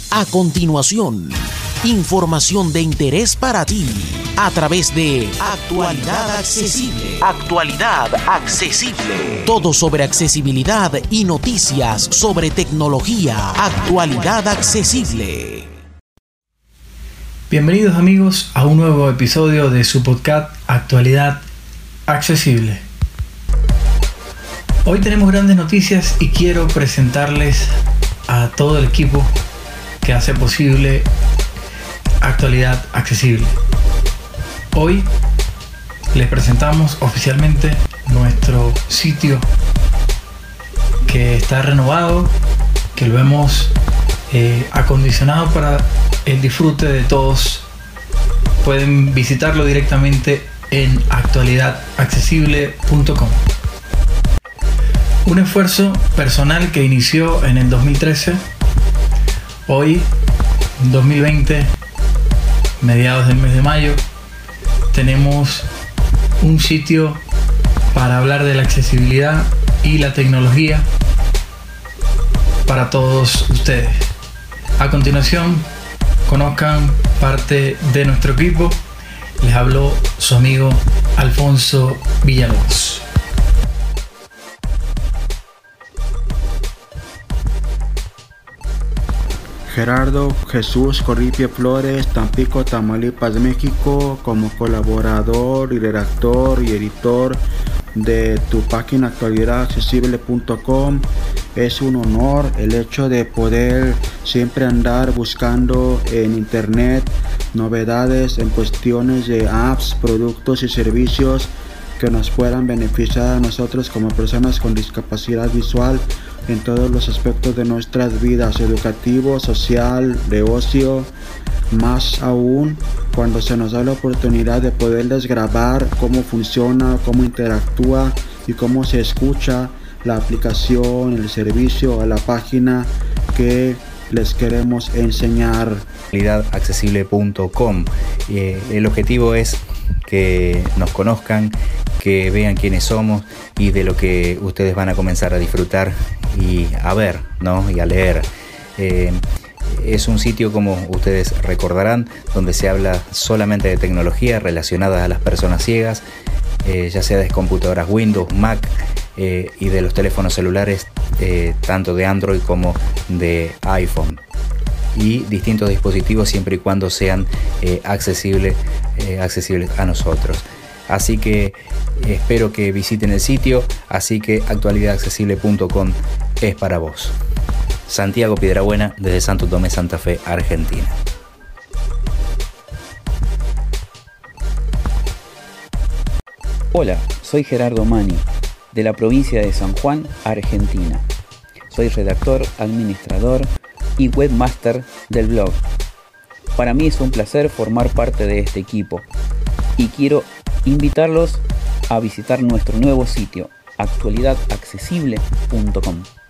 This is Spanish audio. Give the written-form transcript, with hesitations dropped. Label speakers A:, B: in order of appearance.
A: A continuación, información de interés para ti a través de Actualidad Accesible. Actualidad Accesible. Todo sobre accesibilidad y noticias sobre tecnología. Actualidad Accesible.
B: Bienvenidos amigos a un nuevo episodio de su podcast Actualidad Accesible. Hoy tenemos grandes noticias y quiero presentarles a todo el equipo que hace posible Actualidad Accesible. Hoy les presentamos oficialmente nuestro sitio que está renovado, que lo hemos acondicionado para el disfrute de todos. Pueden visitarlo directamente en actualidadaccesible.com. Un esfuerzo personal que inició en el 2013. Hoy, 2020, mediados del mes de mayo, tenemos un sitio para hablar de la accesibilidad y la tecnología para todos ustedes. A continuación, conozcan parte de nuestro equipo. Les habló su amigo Alfonso Villalobos.
C: Gerardo Jesús Corripio Flores, Tampico, Tamaulipas, México, como colaborador y redactor y editor de tu página actualidadaccesible.com. Es un honor el hecho de poder siempre andar buscando en internet novedades en cuestiones de apps, productos y servicios que nos puedan beneficiar a nosotros como personas con discapacidad visual en todos los aspectos de nuestras vidas, educativo, social, de ocio, más aún cuando se nos da la oportunidad de poderles grabar cómo funciona, cómo interactúa y cómo se escucha la aplicación, el servicio o la página que les queremos enseñar.
D: Actualidadaccesible.com. El objetivo es que nos conozcan, que vean quiénes somos y de lo que ustedes van a comenzar a disfrutar y a ver, ¿no? Y a leer. Es un sitio, como ustedes recordarán, donde se habla solamente de tecnología relacionada a las personas ciegas, ya sea de computadoras Windows, Mac y de los teléfonos celulares, tanto de Android como de iPhone, y distintos dispositivos siempre y cuando sean accesibles a nosotros. Así que espero que visiten el sitio, así que actualidadaccesible.com es para vos. Santiago Piedrabuena, desde Santo Tomé, Santa Fe, Argentina.
E: Hola, soy Gerardo Mani, de la provincia de San Juan, Argentina. Soy redactor, administrador y webmaster del blog. Para mí es un placer formar parte de este equipo y quiero invitarlos a visitar nuestro nuevo sitio actualidadaccesible.com.